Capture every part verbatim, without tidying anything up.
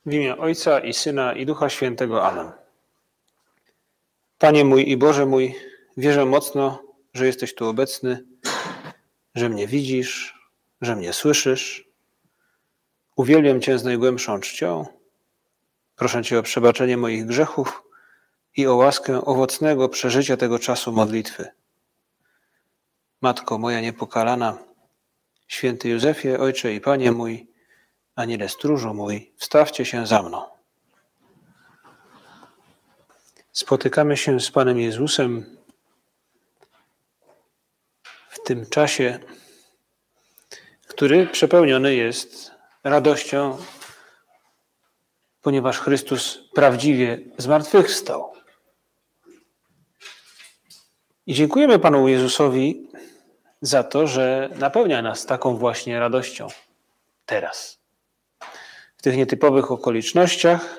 W imię Ojca i Syna i Ducha Świętego. Amen. Panie mój i Boże mój, wierzę mocno, że jesteś tu obecny, że mnie widzisz, że mnie słyszysz. Uwielbiam Cię z najgłębszą czcią. Proszę Cię o przebaczenie moich grzechów i o łaskę owocnego przeżycia tego czasu modlitwy. Matko moja niepokalana, święty Józefie, Ojcze i Panie mój, Aniele stróżu mój, wstawcie się za mną. Spotykamy się z Panem Jezusem w tym czasie, który przepełniony jest radością, ponieważ Chrystus prawdziwie zmartwychwstał. I dziękujemy Panu Jezusowi za to, że napełnia nas taką właśnie radością teraz. W tych nietypowych okolicznościach,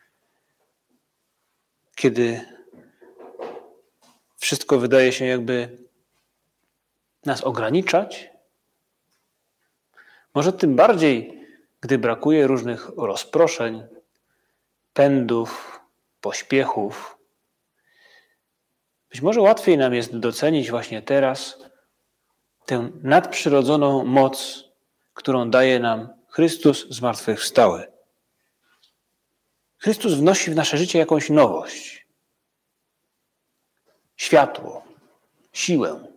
kiedy wszystko wydaje się jakby nas ograniczać, może tym bardziej, gdy brakuje różnych rozproszeń, pędów, pośpiechów, być może łatwiej nam jest docenić właśnie teraz tę nadprzyrodzoną moc, którą daje nam Chrystus zmartwychwstały. Chrystus wnosi w nasze życie jakąś nowość, światło, siłę.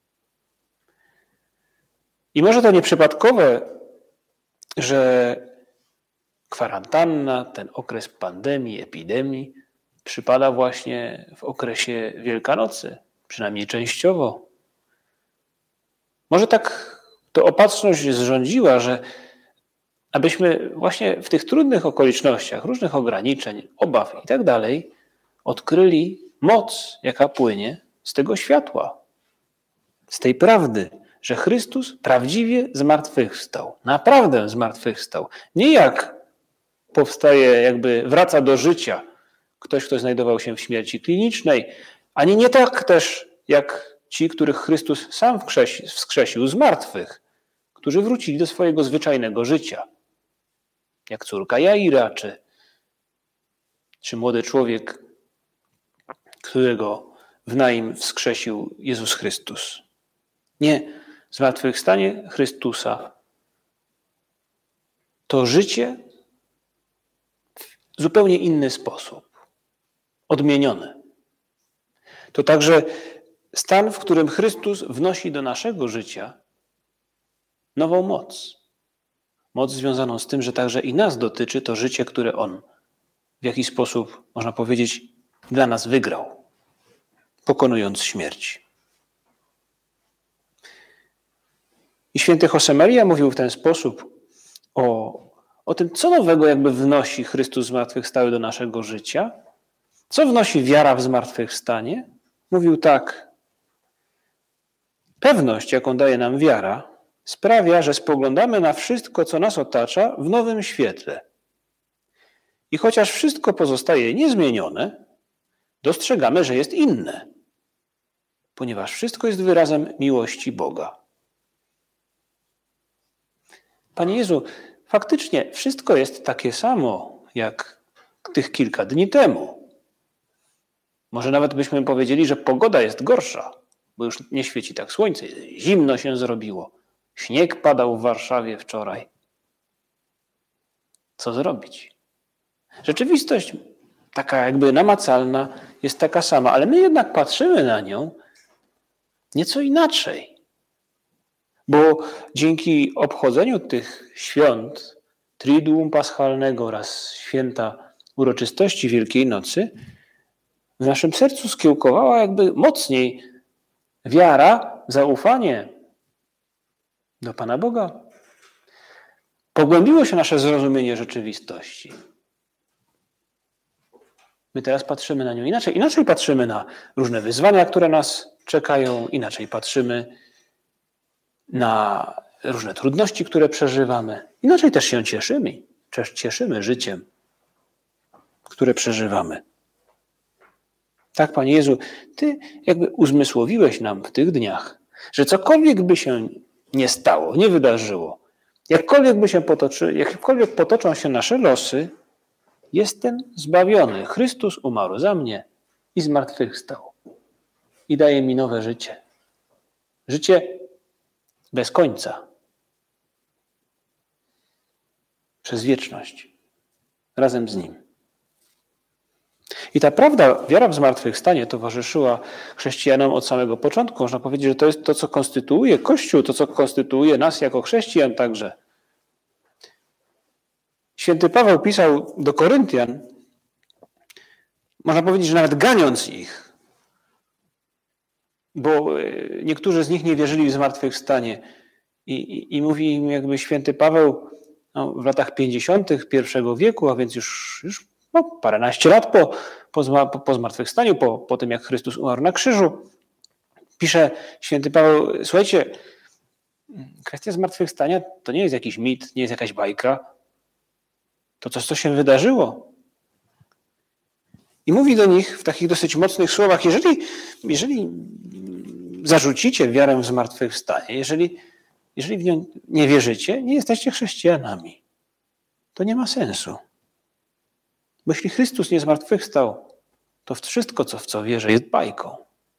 I może to nieprzypadkowe, że kwarantanna, ten okres pandemii, epidemii przypada właśnie w okresie Wielkanocy, przynajmniej częściowo. Może tak to opatrzność zrządziła, że abyśmy właśnie w tych trudnych okolicznościach, różnych ograniczeń, obaw i tak dalej, odkryli moc, jaka płynie z tego światła, z tej prawdy, że Chrystus prawdziwie zmartwychwstał, naprawdę zmartwychwstał. Nie jak powstaje, jakby wraca do życia ktoś, kto znajdował się w śmierci klinicznej, ani nie tak też jak ci, których Chrystus sam wskrzesił z martwych, którzy wrócili do swojego zwyczajnego życia. Jak córka Jaira, czy, czy młody człowiek, którego w Naim wskrzesił Jezus Chrystus. Nie, zmartwychwstanie Chrystusa to życie w zupełnie inny sposób, odmienione. To także stan, w którym Chrystus wnosi do naszego życia nową moc. Moc związaną z tym, że także i nas dotyczy to życie, które On w jakiś sposób, można powiedzieć, dla nas wygrał, pokonując śmierć. I święty Josemaria mówił w ten sposób o, o tym, co nowego jakby wnosi Chrystus zmartwychwstały do naszego życia, co wnosi wiara w zmartwychwstanie. Mówił tak: pewność, jaką daje nam wiara, sprawia, że spoglądamy na wszystko, co nas otacza, w nowym świetle. I chociaż wszystko pozostaje niezmienione, dostrzegamy, że jest inne, ponieważ wszystko jest wyrazem miłości Boga. Panie Jezu, faktycznie wszystko jest takie samo, jak tych kilka dni temu. Może nawet byśmy powiedzieli, że pogoda jest gorsza, bo już nie świeci tak słońce, zimno się zrobiło. Śnieg padał w Warszawie wczoraj. Co zrobić? Rzeczywistość taka jakby namacalna jest taka sama, ale my jednak patrzymy na nią nieco inaczej. Bo dzięki obchodzeniu tych świąt Triduum Paschalnego oraz święta uroczystości Wielkiej Nocy w naszym sercu skiełkowała jakby mocniej wiara, zaufanie do Pana Boga. Pogłębiło się nasze zrozumienie rzeczywistości. My teraz patrzymy na nią inaczej. Inaczej patrzymy na różne wyzwania, które nas czekają. Inaczej patrzymy na różne trudności, które przeżywamy. Inaczej też się cieszymy. Cieszymy życiem, które przeżywamy. Tak, Panie Jezu, Ty jakby uzmysłowiłeś nam w tych dniach, że cokolwiek by się nie stało, nie wydarzyło, jakkolwiek by się potoczy, jakkolwiek potoczą się nasze losy, jestem zbawiony. Chrystus umarł za mnie i zmartwychwstał. I daje mi nowe życie. Życie bez końca. Przez wieczność. Razem z Nim. I ta prawda, wiara w zmartwychwstanie towarzyszyła chrześcijanom od samego początku. Można powiedzieć, że to jest to, co konstytuuje Kościół, to, co konstytuuje nas jako chrześcijan także. Święty Paweł pisał do Koryntian, można powiedzieć, że nawet ganiąc ich, bo niektórzy z nich nie wierzyli w zmartwychwstanie. I, i, i mówi im jakby święty Paweł no, w latach pięćdziesiątych pierwszego wieku, a więc już, już no, paręnaście lat po, po, po zmartwychwstaniu, po, po tym jak Chrystus umarł na krzyżu, pisze święty Paweł, słuchajcie, kwestia zmartwychwstania to nie jest jakiś mit, nie jest jakaś bajka, to coś, co się wydarzyło. I mówi do nich w takich dosyć mocnych słowach, jeżeli, jeżeli zarzucicie wiarę w zmartwychwstanie, jeżeli, jeżeli w nią nie wierzycie, nie jesteście chrześcijanami. To nie ma sensu. Bo jeśli Chrystus nie zmartwychwstał, to wszystko, co w co wierzę, jest bajką.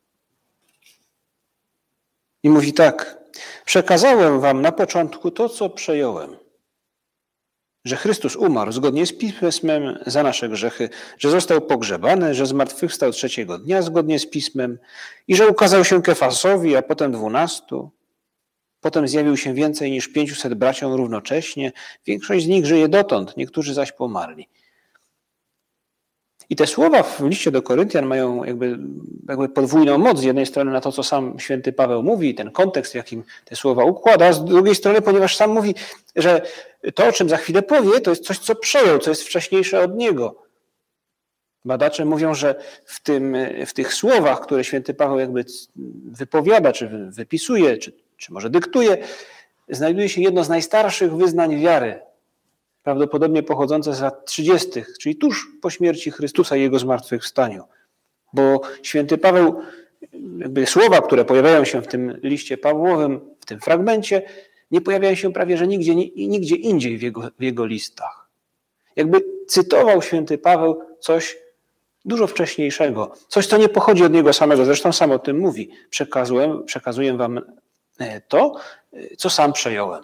I mówi tak, przekazałem wam na początku to, co przejąłem. Że Chrystus umarł zgodnie z Pismem za nasze grzechy, że został pogrzebany, że zmartwychwstał trzeciego dnia zgodnie z Pismem i że ukazał się Kefasowi, a potem dwunastu. Potem zjawił się więcej niż pięciuset braciom równocześnie. Większość z nich żyje dotąd, niektórzy zaś pomarli. I te słowa w liście do Koryntian mają jakby, jakby podwójną moc. Z jednej strony na to, co sam święty Paweł mówi, ten kontekst, w jakim te słowa układa, a z drugiej strony, ponieważ sam mówi, że to, o czym za chwilę powie, to jest coś, co przejął, co jest wcześniejsze od niego. Badacze mówią, że w, tym, w tych słowach, które święty Paweł jakby wypowiada, czy wypisuje, czy, czy może dyktuje, znajduje się jedno z najstarszych wyznań wiary, prawdopodobnie pochodzące z lat trzydziestych, czyli tuż po śmierci Chrystusa i Jego zmartwychwstaniu. Bo święty Paweł, jakby słowa, które pojawiają się w tym liście Pawłowym, w tym fragmencie, nie pojawiają się prawie że nigdzie, nigdzie indziej w jego, w jego listach. Jakby cytował święty Paweł coś dużo wcześniejszego, coś, co nie pochodzi od niego samego. Zresztą sam o tym mówi. Przekazuję, przekazuję wam to, co sam przejąłem.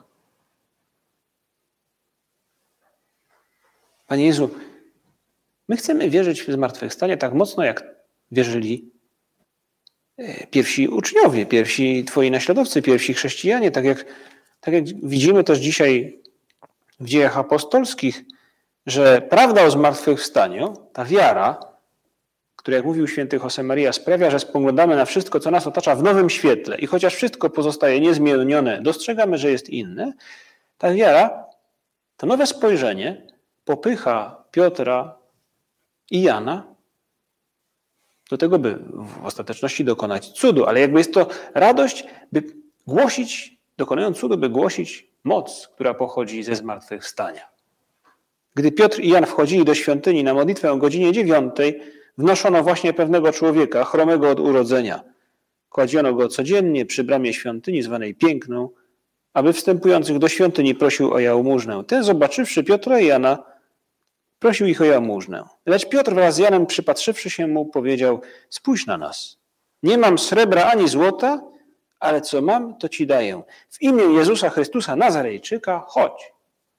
Panie Jezu, my chcemy wierzyć w zmartwychwstanie tak mocno, jak wierzyli pierwsi uczniowie, pierwsi Twoi naśladowcy, pierwsi chrześcijanie. Tak jak, tak jak widzimy też dzisiaj w dziejach apostolskich, że prawda o zmartwychwstaniu, ta wiara, która, jak mówił święty Josemaria, sprawia, że spoglądamy na wszystko, co nas otacza w nowym świetle i chociaż wszystko pozostaje niezmienione, dostrzegamy, że jest inne, ta wiara, to nowe spojrzenie popycha Piotra i Jana do tego, by w ostateczności dokonać cudu, ale jakby jest to radość, by głosić, dokonując cudu, by głosić moc, która pochodzi ze zmartwychwstania. Gdy Piotr i Jan wchodzili do świątyni na modlitwę o godzinie dziewiątej, wnoszono właśnie pewnego człowieka, chromego od urodzenia. Kładziono go codziennie przy bramie świątyni zwanej Piękną, aby wstępujących do świątyni prosił o jałmużnę. Ten, zobaczywszy Piotra i Jana, prosił ich o jałmużnę. Lecz Piotr wraz z Janem, przypatrzywszy się mu, powiedział: spójrz na nas. Nie mam srebra ani złota, ale co mam, to ci daję. W imię Jezusa Chrystusa Nazarejczyka chodź.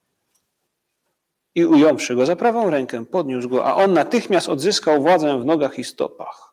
I ująwszy go za prawą rękę, podniósł go, a on natychmiast odzyskał władzę w nogach i stopach.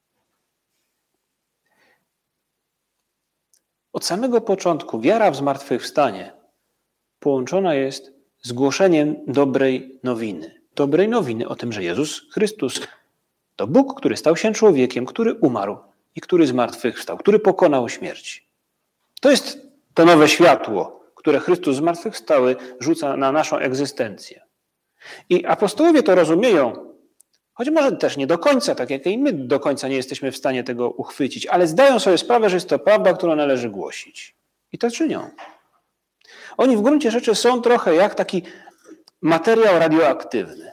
Od samego początku wiara w zmartwychwstanie połączona jest z głoszeniem dobrej nowiny. Dobrej nowiny o tym, że Jezus Chrystus to Bóg, który stał się człowiekiem, który umarł i który zmartwychwstał, który pokonał śmierć. To jest to nowe światło, które Chrystus zmartwychwstały rzuca na naszą egzystencję. I apostołowie to rozumieją, choć może też nie do końca, tak jak i my do końca nie jesteśmy w stanie tego uchwycić, ale zdają sobie sprawę, że jest to prawda, którą należy głosić. I to czynią. Oni w gruncie rzeczy są trochę jak taki materiał radioaktywny.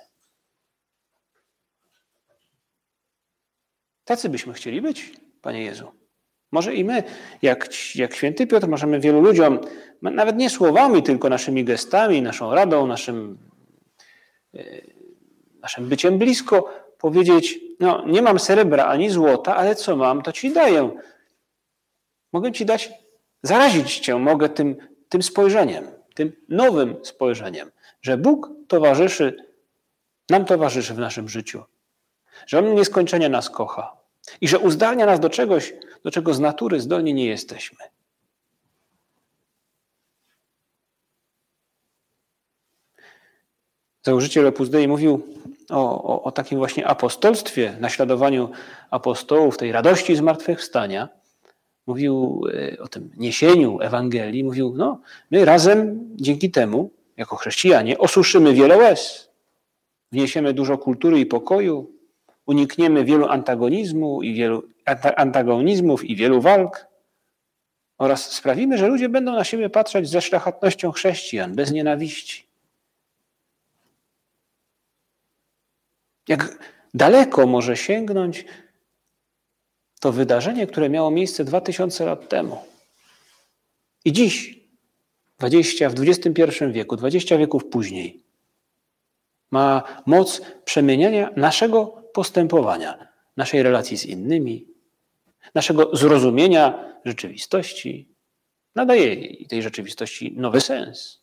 Tacy byśmy chcieli być, Panie Jezu. Może i my, jak, jak święty Piotr, możemy wielu ludziom, nawet nie słowami, tylko naszymi gestami, naszą radą, naszym naszym byciem blisko, powiedzieć, no nie mam srebra ani złota, ale co mam, to ci daję. Mogę ci dać, zarazić cię mogę tym, tym spojrzeniem, tym nowym spojrzeniem, że Bóg towarzyszy, nam towarzyszy w naszym życiu, że On nieskończenie nas kocha i że uzdalnia nas do czegoś, do czego z natury zdolni nie jesteśmy. Założyciel Opus Dei mówił o, o, o takim właśnie apostolstwie, naśladowaniu apostołów, tej radości zmartwychwstania. Mówił o tym niesieniu Ewangelii. Mówił, no my razem dzięki temu, jako chrześcijanie, osuszymy wiele łez. Wniesiemy dużo kultury i pokoju, unikniemy wielu antagonizmu i wielu antagonizmów i wielu walk oraz sprawimy, że ludzie będą na siebie patrzeć ze szlachetnością chrześcijan, bez nienawiści. Jak daleko może sięgnąć to wydarzenie, które miało miejsce dwa tysiące lat temu. I dziś, dwadzieścia w dwudziestym pierwszym wieku, dwadzieścia wieków później, ma moc przemieniania naszego postępowania, naszej relacji z innymi, naszego zrozumienia rzeczywistości. Nadaje tej rzeczywistości nowy sens.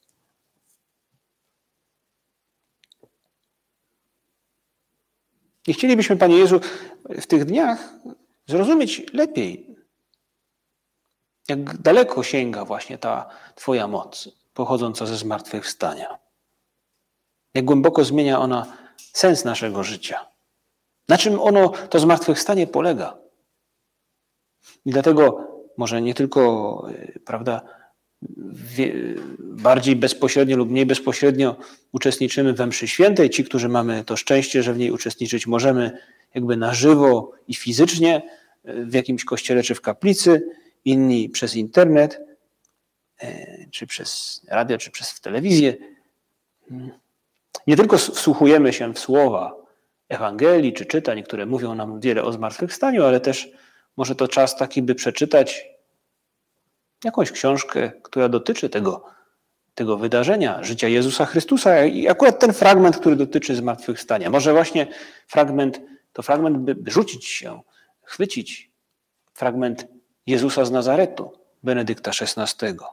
I chcielibyśmy, Panie Jezu, w tych dniach zrozumieć lepiej, jak daleko sięga właśnie ta Twoja moc pochodząca ze zmartwychwstania. Jak głęboko zmienia ona sens naszego życia. Na czym ono, to zmartwychwstanie polega. I dlatego może nie tylko, prawda, bardziej bezpośrednio lub mniej bezpośrednio uczestniczymy we mszy świętej. Ci, którzy mamy to szczęście, że w niej uczestniczyć możemy jakby na żywo i fizycznie w jakimś kościele czy w kaplicy, inni przez internet, czy przez radio, czy przez telewizję. Nie tylko wsłuchujemy się w słowa Ewangelii czy czytań, które mówią nam wiele o zmartwychwstaniu, ale też może to czas taki, by przeczytać jakąś książkę, która dotyczy tego, tego wydarzenia, życia Jezusa Chrystusa i akurat ten fragment, który dotyczy zmartwychwstania. Może właśnie fragment, to fragment, by, by rzucić się, chwycić fragment Jezusa z Nazaretu, Benedykta szesnastego.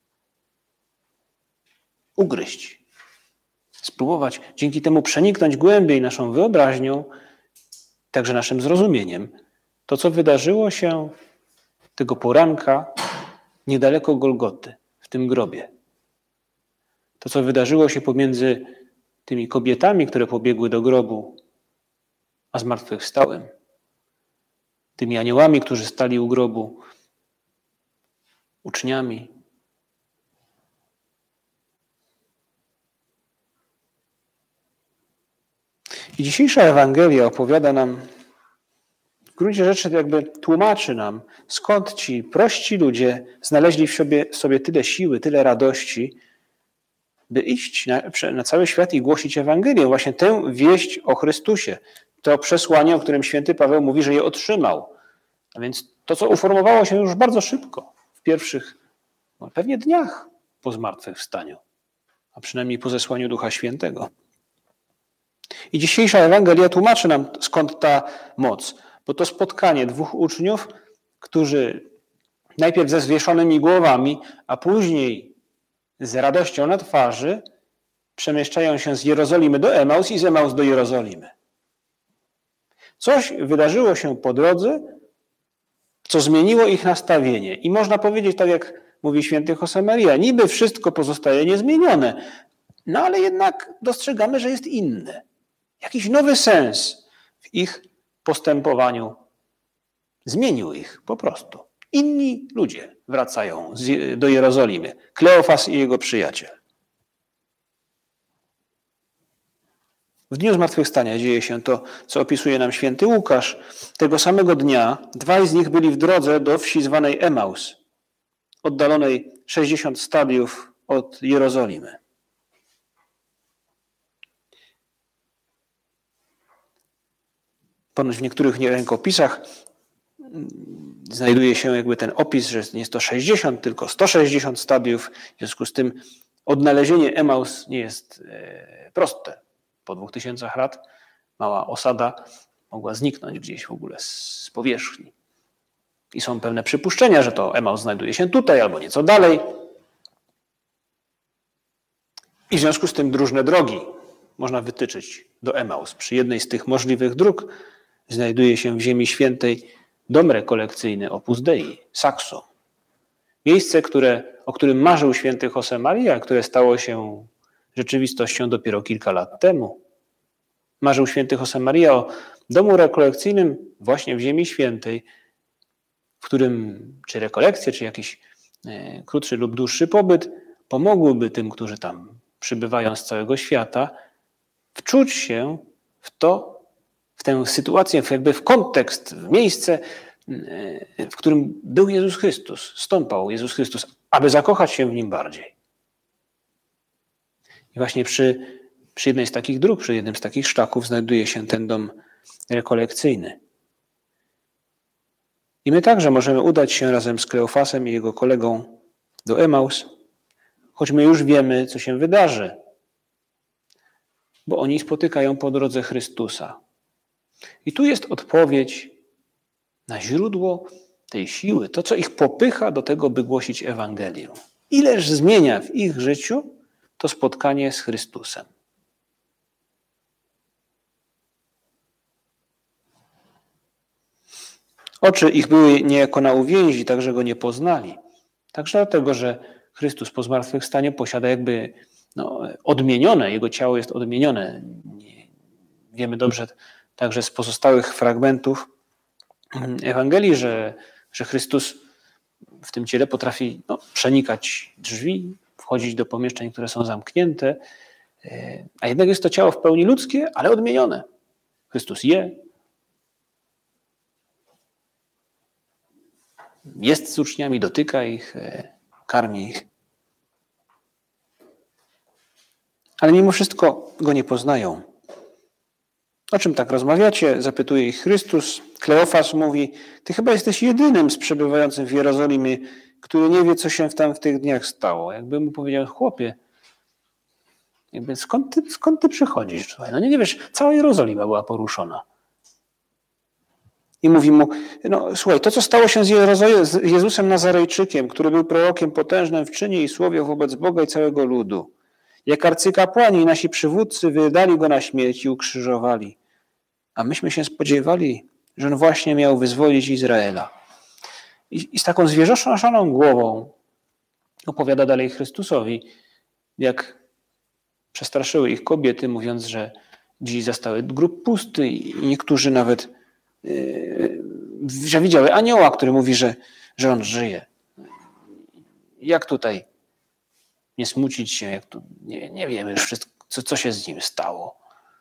Ugryźć. Spróbować dzięki temu przeniknąć głębiej naszą wyobraźnią, także naszym zrozumieniem, to, co wydarzyło się tego poranka niedaleko Golgoty, w tym grobie. To, co wydarzyło się pomiędzy tymi kobietami, które pobiegły do grobu, a zmartwychwstałym. Tymi aniołami, którzy stali u grobu, uczniami. I dzisiejsza Ewangelia opowiada nam, w gruncie rzeczy jakby tłumaczy nam, skąd ci prości ludzie znaleźli w sobie, w sobie tyle siły, tyle radości, by iść na, na cały świat i głosić Ewangelię. Właśnie tę wieść o Chrystusie. To przesłanie, o którym święty Paweł mówi, że je otrzymał. A więc to, co uformowało się już bardzo szybko, w pierwszych no, pewnie dniach po zmartwychwstaniu, a przynajmniej po zesłaniu Ducha Świętego. I dzisiejsza Ewangelia tłumaczy nam, skąd ta moc. Bo to spotkanie dwóch uczniów, którzy najpierw ze zwieszonymi głowami, a później z radością na twarzy przemieszczają się z Jerozolimy do Emaus i z Emaus do Jerozolimy. Coś wydarzyło się po drodze, co zmieniło ich nastawienie. I można powiedzieć, tak jak mówi święty Josemaria, niby wszystko pozostaje niezmienione, no ale jednak dostrzegamy, że jest inne. Jakiś nowy sens w ich postępowaniu zmienił ich po prostu. Inni ludzie wracają do Jerozolimy. Kleofas i jego przyjaciel. W dniu zmartwychwstania dzieje się to, co opisuje nam święty Łukasz. Tego samego dnia dwaj z nich byli w drodze do wsi zwanej Emaus, oddalonej sześćdziesiąt stadiów od Jerozolimy. Ponoć w niektórych rękopisach znajduje się jakby ten opis, że nie jest to sześćdziesiąt, tylko sto sześćdziesiąt stadiów. W związku z tym odnalezienie Emaus nie jest proste. Po dwóch tysiącach lat mała osada mogła zniknąć gdzieś w ogóle z powierzchni. I są pewne przypuszczenia, że to Emaus znajduje się tutaj albo nieco dalej. I w związku z tym różne drogi można wytyczyć do Emaus. Przy jednej z tych możliwych dróg znajduje się w Ziemi Świętej dom rekolekcyjny Opus Dei, Saxo. Miejsce, które, o którym marzył święty Josemaria, które stało się rzeczywistością dopiero kilka lat temu. Marzył święty Josemaria o domu rekolekcyjnym właśnie w Ziemi Świętej, w którym czy rekolekcje, czy jakiś e, krótszy lub dłuższy pobyt pomogłyby tym, którzy tam przybywają z całego świata, wczuć się w to, w tę sytuację, jakby w kontekst, w miejsce, w którym był Jezus Chrystus, stąpał Jezus Chrystus, aby zakochać się w Nim bardziej. I właśnie przy, przy jednej z takich dróg, przy jednym z takich szlaków znajduje się ten dom rekolekcyjny. I my także możemy udać się razem z Kleofasem i jego kolegą do Emaus, choć my już wiemy, co się wydarzy, bo oni spotykają po drodze Chrystusa. I tu jest odpowiedź na źródło tej siły, to, co ich popycha do tego, by głosić Ewangelię. Ileż zmienia w ich życiu to spotkanie z Chrystusem. Oczy ich były niejako na uwięzi, tak że go nie poznali. Także dlatego, że Chrystus po zmartwychwstaniu posiada jakby no, odmienione, jego ciało jest odmienione. Wiemy dobrze także z pozostałych fragmentów Ewangelii, że, że Chrystus w tym ciele potrafi no, przenikać drzwi, wchodzić do pomieszczeń, które są zamknięte, a jednak jest to ciało w pełni ludzkie, ale odmienione. Chrystus je, jest z uczniami, dotyka ich, karmi ich. Ale mimo wszystko go nie poznają. O czym tak rozmawiacie? Zapytuje ich Chrystus. Kleofas mówi, ty chyba jesteś jedynym z przebywających w Jerozolimie, który nie wie, co się tam w tych dniach stało. Jakby mu powiedział, chłopie, jakby skąd ty, skąd ty przychodzisz? Słuchaj, no nie, nie wiesz, cała Jerozolima była poruszona. I mówi mu, no słuchaj, to co stało się z, Jerozo- z Jezusem Nazarejczykiem, który był prorokiem potężnym w czynie i słowie wobec Boga i całego ludu. Jak arcykapłani i nasi przywódcy wydali go na śmierć i ukrzyżowali. A myśmy się spodziewali, że on właśnie miał wyzwolić Izraela. I, i z taką zwierzchnoszoną głową opowiada dalej Chrystusowi, jak przestraszyły ich kobiety, mówiąc, że dziś zastały grób pusty i niektórzy nawet yy, że widziały anioła, który mówi, że, że on żyje. Jak tutaj nie smucić się, jak tu, nie, nie wiemy już wszystko, co, co się z nim stało.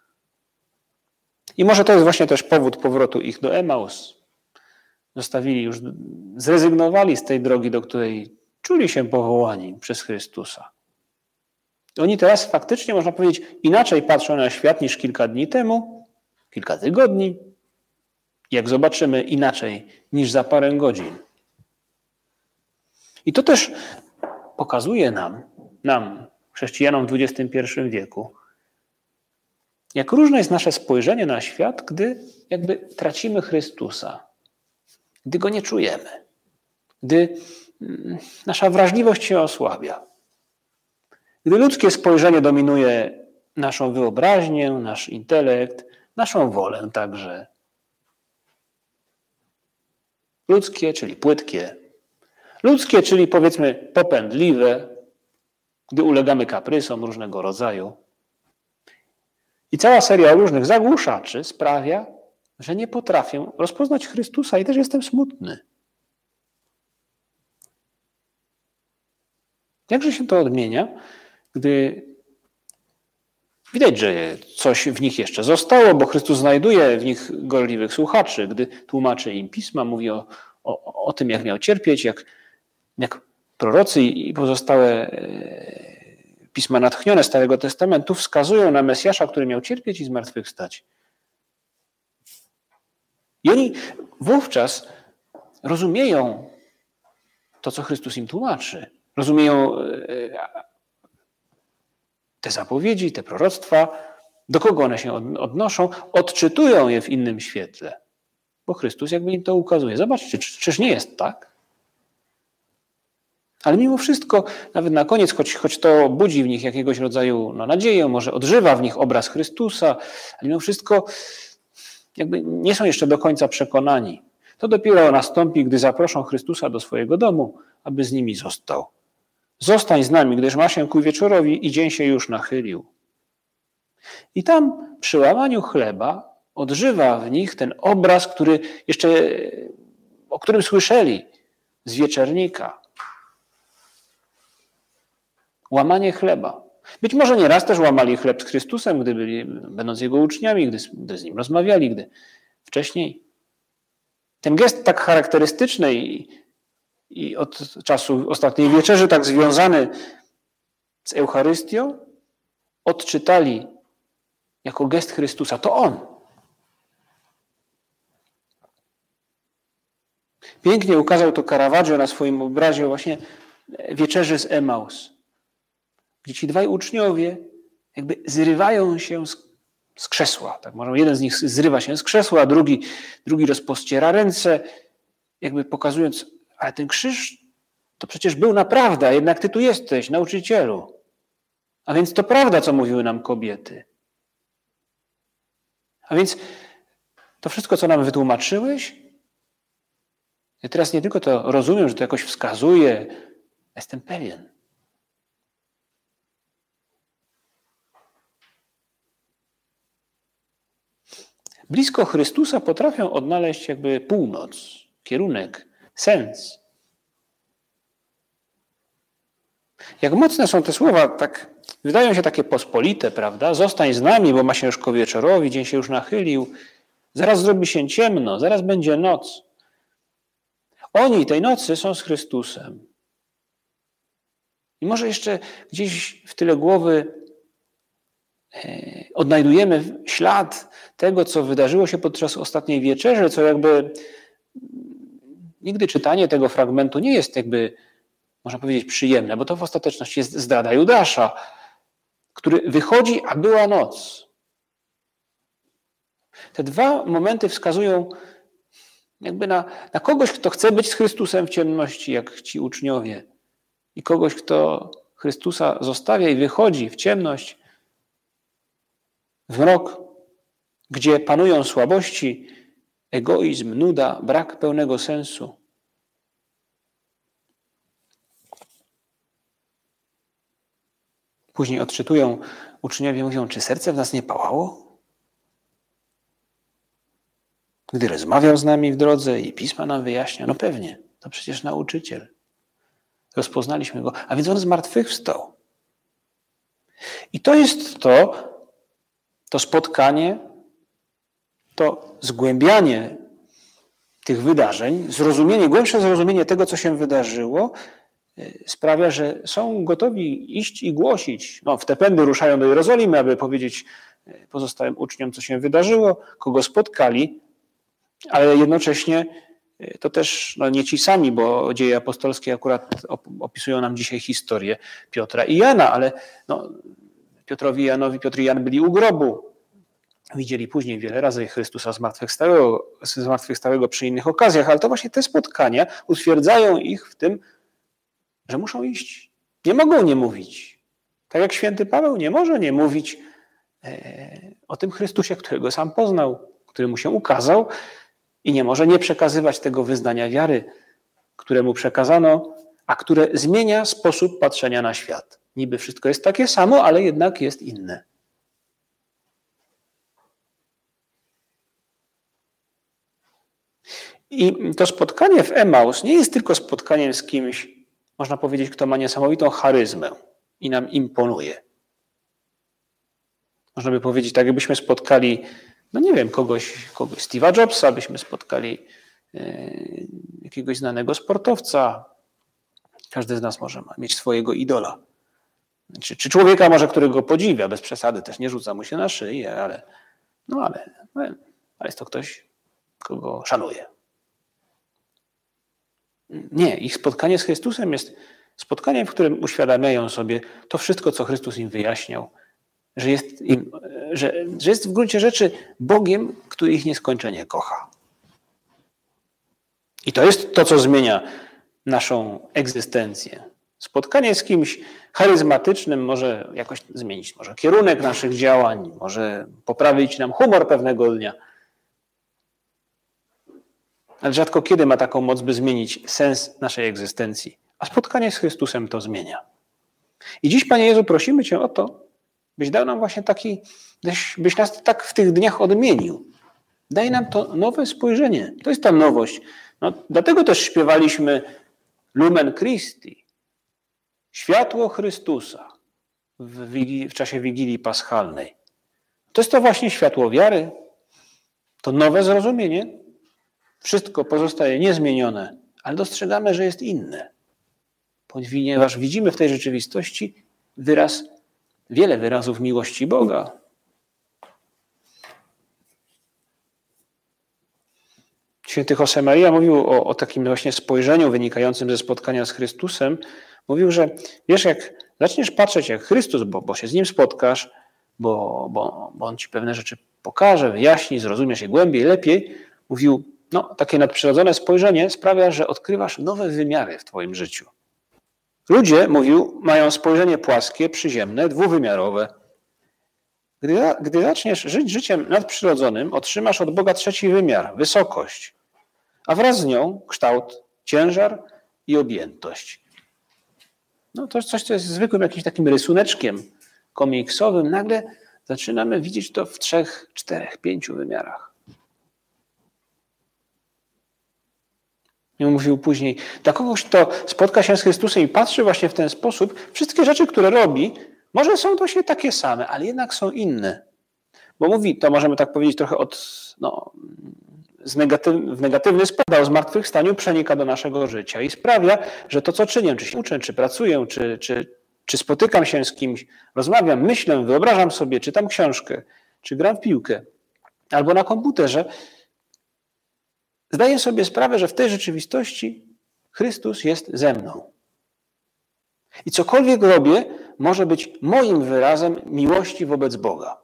I może to jest właśnie też powód powrotu ich do Emaus. Zostawili już, zrezygnowali z tej drogi, do której czuli się powołani przez Chrystusa. Oni teraz faktycznie, można powiedzieć, inaczej patrzą na świat niż kilka dni temu, kilka tygodni, jak zobaczymy, inaczej niż za parę godzin. I to też pokazuje nam, nam, chrześcijanom w dwudziestym pierwszym wieku, jak różne jest nasze spojrzenie na świat, gdy jakby tracimy Chrystusa, gdy Go nie czujemy, gdy nasza wrażliwość się osłabia, gdy ludzkie spojrzenie dominuje naszą wyobraźnię, nasz intelekt, naszą wolę także. Ludzkie, czyli płytkie. Ludzkie, czyli powiedzmy popędliwe, gdy ulegamy kaprysom różnego rodzaju. I cała seria różnych zagłuszaczy sprawia, że nie potrafię rozpoznać Chrystusa i też jestem smutny. Jakże się to odmienia, gdy widać, że coś w nich jeszcze zostało, bo Chrystus znajduje w nich gorliwych słuchaczy, gdy tłumaczy im pisma, mówi o, o, o tym, jak miał cierpieć, jak, jak prorocy i pozostałe pisma natchnione Starego Testamentu wskazują na Mesjasza, który miał cierpieć i zmartwychwstać. I oni wówczas rozumieją to, co Chrystus im tłumaczy. Rozumieją te zapowiedzi, te proroctwa do kogo one się odnoszą, odczytują je w innym świetle. Bo Chrystus jakby im to ukazuje. Zobaczcie, czy, czyż nie jest tak? Ale mimo wszystko, nawet na koniec, choć, choć to budzi w nich jakiegoś rodzaju no, nadzieję, może odżywa w nich obraz Chrystusa, ale mimo wszystko jakby nie są jeszcze do końca przekonani. To dopiero nastąpi, gdy zaproszą Chrystusa do swojego domu, aby z nimi został. Zostań z nami, gdyż ma się ku wieczorowi i dzień się już nachylił. I tam przy łamaniu chleba odżywa w nich ten obraz, który jeszcze, o którym słyszeli z wieczernika. Łamanie chleba. Być może nieraz też łamali chleb z Chrystusem, gdy byli, będąc Jego uczniami, gdy, gdy z Nim rozmawiali, gdy wcześniej. Ten gest tak charakterystyczny i, i od czasu ostatniej wieczerzy tak związany z Eucharystią odczytali jako gest Chrystusa. To On. Pięknie ukazał to Caravaggio na swoim obrazie właśnie wieczerzy z Emaus, gdzie ci dwaj uczniowie jakby zrywają się z, z krzesła. Tak, może jeden z nich zrywa się z krzesła, a drugi, drugi rozpościera ręce, jakby pokazując, ale ten krzyż to przecież był naprawdę, a jednak Ty tu jesteś, nauczycielu. A więc to prawda, co mówiły nam kobiety. A więc to wszystko, co nam wytłumaczyłeś, ja teraz nie tylko to rozumiem, że to jakoś wskazuje, jestem pewien. Blisko Chrystusa potrafią odnaleźć jakby północ, kierunek, sens. Jak mocne są te słowa, tak wydają się takie pospolite, prawda? Zostań z nami, bo ma się już ku wieczorowi, dzień się już nachylił. Zaraz zrobi się ciemno, zaraz będzie noc. Oni tej nocy są z Chrystusem. I może jeszcze gdzieś w tyle głowy odnajdujemy ślad tego, co wydarzyło się podczas ostatniej wieczerzy, co jakby nigdy czytanie tego fragmentu nie jest jakby, można powiedzieć, przyjemne, bo to w ostateczności jest zdrada Judasza, który wychodzi, a była noc. Te dwa momenty wskazują jakby na, na kogoś, kto chce być z Chrystusem w ciemności, jak ci uczniowie, i kogoś, kto Chrystusa zostawia i wychodzi w ciemność, w mrok, gdzie panują słabości, egoizm, nuda, brak pełnego sensu. Później odczytują uczniowie, mówią, czy serce w nas nie pałało? Gdy rozmawiał z nami w drodze i pisma nam wyjaśnia, no pewnie, to przecież nauczyciel. Rozpoznaliśmy go, a więc on zmartwychwstał. I to jest to, to spotkanie, to zgłębianie tych wydarzeń, zrozumienie, głębsze zrozumienie tego, co się wydarzyło, sprawia, że są gotowi iść i głosić. No, w te pędy ruszają do Jerozolimy, aby powiedzieć pozostałym uczniom, co się wydarzyło, kogo spotkali, ale jednocześnie to też no, nie ci sami, bo dzieje apostolskie akurat opisują nam dzisiaj historię Piotra i Jana, ale no, Piotrowi i Janowi, Piotr i Jan byli u grobu. Widzieli później wiele razy Chrystusa zmartwychwstałego, zmartwychwstałego przy innych okazjach, ale to właśnie te spotkania utwierdzają ich w tym, że muszą iść. Nie mogą nie mówić. Tak jak święty Paweł nie może nie mówić e, o tym Chrystusie, którego sam poznał, który mu się ukazał i nie może nie przekazywać tego wyznania wiary, które mu przekazano, a które zmienia sposób patrzenia na świat. Niby wszystko jest takie samo, ale jednak jest inne. I to spotkanie w Emaus nie jest tylko spotkaniem z kimś, można powiedzieć, kto ma niesamowitą charyzmę i nam imponuje. Można by powiedzieć, tak jakbyśmy spotkali, no nie wiem, kogoś, kogoś Steve'a Jobsa, byśmy spotkali yy, jakiegoś znanego sportowca. Każdy z nas może mieć swojego idola. Czy, czy człowieka może, którego podziwia, bez przesady, też nie rzuca mu się na szyję, ale, no ale, ale jest to ktoś, kogo szanuje. Nie, ich spotkanie z Chrystusem jest spotkaniem, w którym uświadamiają sobie to wszystko, co Chrystus im wyjaśniał że jest, im, że, że jest w gruncie rzeczy Bogiem, który ich nieskończenie kocha. I to jest to, co zmienia naszą egzystencję. Spotkanie z kimś charyzmatycznym może jakoś zmienić, może kierunek naszych działań, może poprawić nam humor pewnego dnia. Ale rzadko kiedy ma taką moc, by zmienić sens naszej egzystencji. A spotkanie z Chrystusem to zmienia. I dziś, Panie Jezu, prosimy Cię o to, byś dał nam właśnie taki, byś, byś nas tak w tych dniach odmienił. Daj nam to nowe spojrzenie. To jest ta nowość. No, dlatego też śpiewaliśmy Lumen Christi, światło Chrystusa w, wigilii, w czasie Wigilii Paschalnej. To jest to właśnie światło wiary, to nowe zrozumienie. Wszystko pozostaje niezmienione, ale dostrzegamy, że jest inne. Ponieważ widzimy w tej rzeczywistości wyraz, wiele wyrazów miłości Boga. Święty Josemaria mówił o, o takim właśnie spojrzeniu wynikającym ze spotkania z Chrystusem. Mówił, że wiesz, jak zaczniesz patrzeć jak Chrystus, bo, bo się z Nim spotkasz, bo, bo, bo On ci pewne rzeczy pokaże, wyjaśni, zrozumiesz je głębiej, lepiej. Mówił, no takie nadprzyrodzone spojrzenie sprawia, że odkrywasz nowe wymiary w twoim życiu. Ludzie, mówił, mają spojrzenie płaskie, przyziemne, dwuwymiarowe. Gdy, gdy zaczniesz żyć życiem nadprzyrodzonym, otrzymasz od Boga trzeci wymiar, wysokość, a wraz z nią kształt, ciężar i objętość. No to coś, co jest zwykłym jakimś takim rysuneczkiem komiksowym, nagle zaczynamy widzieć to w trzech, czterech, pięciu wymiarach. I mówił później, dla kogoś, kto spotka się z Chrystusem i patrzy właśnie w ten sposób, wszystkie rzeczy, które robi, może są właśnie takie same, ale jednak są inne. Bo mówi, to możemy tak powiedzieć trochę od, no, z negatyw, w negatywny sposób o zmartwychwstaniu przenika do naszego życia i sprawia, że to, co czynię, czy się uczę, czy pracuję, czy, czy, czy spotykam się z kimś, rozmawiam, myślę, wyobrażam sobie, czytam książkę, czy gram w piłkę, albo na komputerze, zdaję sobie sprawę, że w tej rzeczywistości Chrystus jest ze mną. I cokolwiek robię, może być moim wyrazem miłości wobec Boga.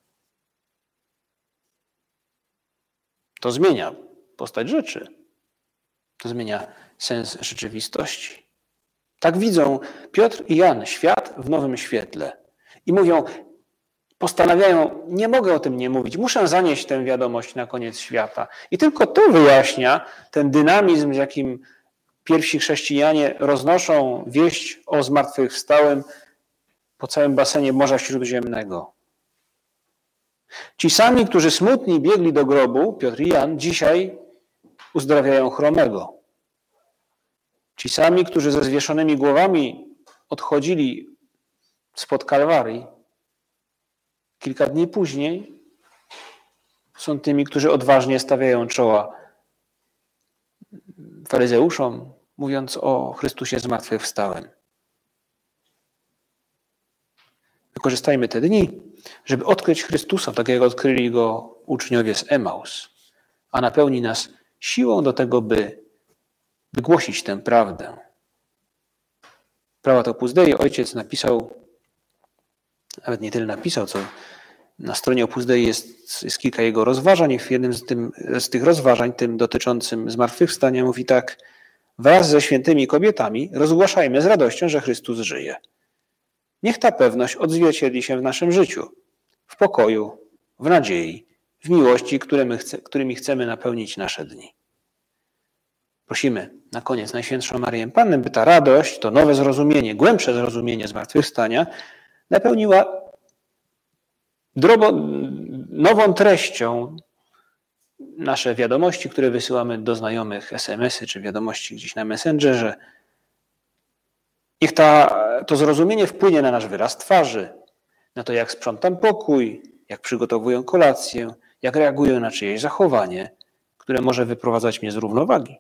To zmienia postać rzeczy. To zmienia sens rzeczywistości. Tak widzą Piotr i Jan świat w nowym świetle. I mówią, postanawiają, nie mogę o tym nie mówić, muszę zanieść tę wiadomość na koniec świata. I tylko to wyjaśnia ten dynamizm, z jakim pierwsi chrześcijanie roznoszą wieść o zmartwychwstałym po całym basenie Morza Śródziemnego. Ci sami, którzy smutni biegli do grobu, Piotr i Jan, dzisiaj uzdrawiają chromego. Ci sami, którzy ze zwieszonymi głowami odchodzili spod Kalwarii, kilka dni później są tymi, którzy odważnie stawiają czoła faryzeuszom, mówiąc o Chrystusie zmartwychwstałym. Wykorzystajmy te dni, żeby odkryć Chrystusa, tak jak odkryli Go uczniowie z Emaus, a napełni nas siłą do tego, by, by głosić tę prawdę. Prawa Opus Dei ojciec napisał, nawet nie tyle napisał, co na stronie Opus Dei jest, jest kilka jego rozważań i w jednym z, tym, z tych rozważań, tym dotyczącym zmartwychwstania, mówi tak: wraz ze świętymi kobietami rozgłaszajmy z radością, że Chrystus żyje. Niech ta pewność odzwierciedli się w naszym życiu, w pokoju, w nadziei, w miłości, które my chce, którymi chcemy napełnić nasze dni. Prosimy na koniec Najświętszą Maryję Pannę, by ta radość, to nowe zrozumienie, głębsze zrozumienie zmartwychwstania napełniła drobo, nową treścią nasze wiadomości, które wysyłamy do znajomych, es em esy czy wiadomości gdzieś na Messengerze. Niech ta, to zrozumienie wpłynie na nasz wyraz twarzy, na to, jak sprzątam pokój, jak przygotowuję kolację, jak reaguję na czyjeś zachowanie, które może wyprowadzać mnie z równowagi.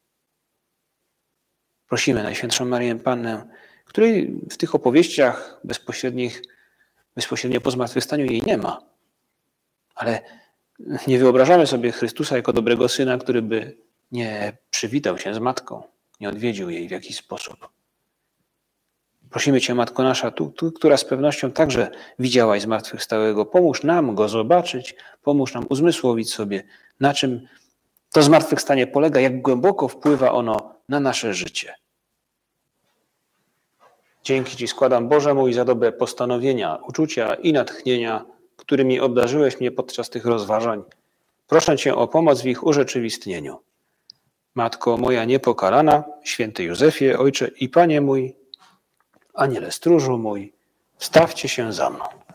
Prosimy Najświętszą Maryję Pannę, której w tych opowieściach bezpośrednich, bezpośrednio po zmartwychwstaniu jej nie ma. Ale nie wyobrażamy sobie Chrystusa jako dobrego syna, który by nie przywitał się z matką, nie odwiedził jej w jakiś sposób. Prosimy Cię, Matko nasza, tu, tu, która z pewnością także widziałaś zmartwychwstałego, pomóż nam Go zobaczyć, pomóż nam uzmysłowić sobie, na czym to zmartwychwstanie polega, jak głęboko wpływa ono na nasze życie. Dzięki Ci składam, Boże mój, za dobre postanowienia, uczucia i natchnienia, którymi obdarzyłeś mnie podczas tych rozważań. Proszę Cię o pomoc w ich urzeczywistnieniu. Matko moja niepokalana, święty Józefie, Ojcze i Panie mój, Aniele stróżu mój, wstawcie się za mną.